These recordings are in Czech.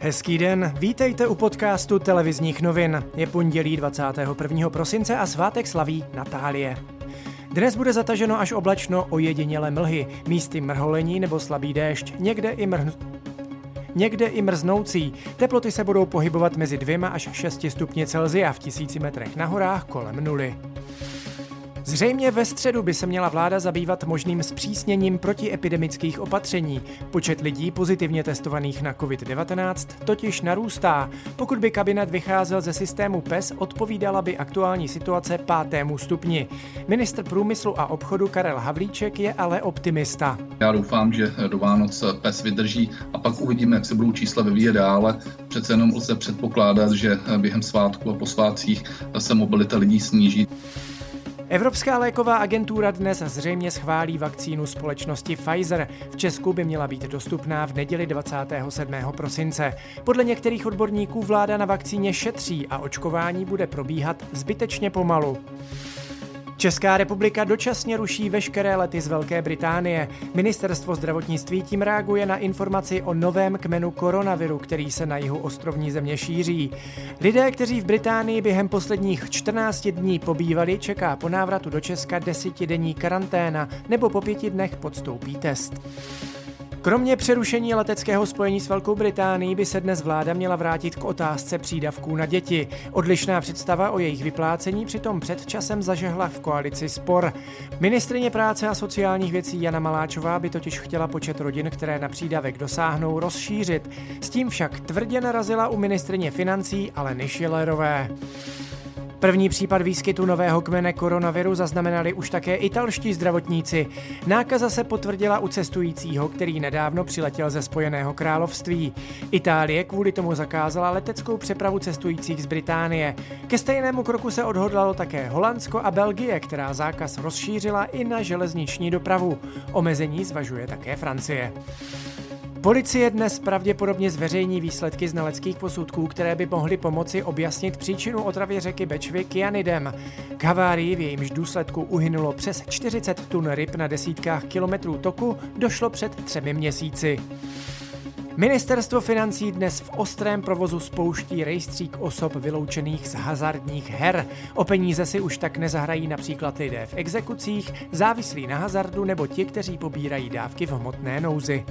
Hezký den, vítejte u podcastu televizních novin. Je pondělí 21. prosince a svátek slaví Natálie. Dnes bude zataženo až oblačno, ojediněle mlhy, místy mrholení nebo slabý déšť, někde i mrznoucí. Teploty se budou pohybovat mezi 2 až 6 stupni Celsia v 1000 metrech na horách kolem nuly. Zřejmě ve středu by se měla vláda zabývat možným zpřísněním protiepidemických opatření. Počet lidí pozitivně testovaných na COVID-19 totiž narůstá. Pokud by kabinet vycházel ze systému PES, odpovídala by aktuální situace 5. stupni. Ministr průmyslu a obchodu Karel Havlíček je ale optimista. Já doufám, že do Vánoc PES vydrží a pak uvidíme, jak se budou čísla vyvíjet dále. Přece jenom lze předpokládat, že během svátku a po svátcích se mobilita lidí sníží. Evropská léková agentura dnes zřejmě schválí vakcínu společnosti Pfizer. V Česku by měla být dostupná v neděli 27. prosince. Podle některých odborníků vláda na vakcíně šetří a očkování bude probíhat zbytečně pomalu. Česká republika dočasně ruší veškeré lety z Velké Británie. Ministerstvo zdravotnictví tím reaguje na informaci o novém kmenu koronaviru, který se na jihu ostrovní země šíří. Lidé, kteří v Británii během posledních 14 dní pobývali, čeká po návratu do Česka 10denní karanténa nebo po 5 dnech podstoupí test. Kromě přerušení leteckého spojení s Velkou Británií by se dnes vláda měla vrátit k otázce přídavků na děti. Odlišná představa o jejich vyplácení přitom před časem zažehla v koalici spor. Ministryně práce a sociálních věcí Jana Maláčová by totiž chtěla počet rodin, které na přídavek dosáhnou, rozšířit. S tím však tvrdě narazila u ministryně financí Aleny Schillerové. První případ výskytu nového kmene koronaviru zaznamenali už také italští zdravotníci. Nákaza se potvrdila u cestujícího, který nedávno přiletěl ze Spojeného království. Itálie kvůli tomu zakázala leteckou přepravu cestujících z Británie. Ke stejnému kroku se odhodlalo také Holandsko a Belgie, která zákaz rozšířila i na železniční dopravu. Omezení zvažuje také Francie. Policie dnes pravděpodobně zveřejní výsledky znaleckých posudků, které by mohly pomoci objasnit příčinu otravy řeky Bečvy kyanidem. K havárii, v jejímž důsledku uhynulo přes 40 tun ryb na desítkách kilometrů toku, došlo před 3 měsíci. Ministerstvo financí dnes v ostrém provozu spouští rejstřík osob vyloučených z hazardních her. O peníze si už tak nezahrají například lidé v exekucích, závislí na hazardu nebo ti, kteří pobírají dávky v hmotné nouzi.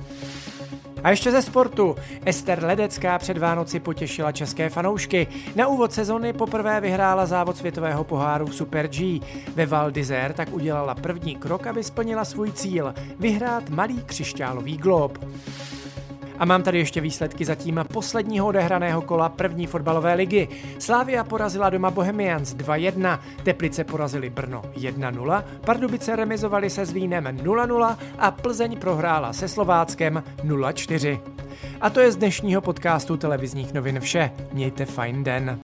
A ještě ze sportu. Ester Ledecká před Vánoci potěšila české fanoušky. Na úvod sezony poprvé vyhrála závod světového poháru v Super G. Ve Val d'Isère tak udělala první krok, aby splnila svůj cíl – vyhrát malý křišťálový glób. A mám tady ještě výsledky zatím posledního odehraného kola první fotbalové ligy. Slavia porazila doma Bohemians 2-1, Teplice porazili Brno 1-0, Pardubice remizovali se Zlínem 0-0 a Plzeň prohrála se Slováckem 0-4. A to je z dnešního podcastu televizních novin vše. Mějte fajn den.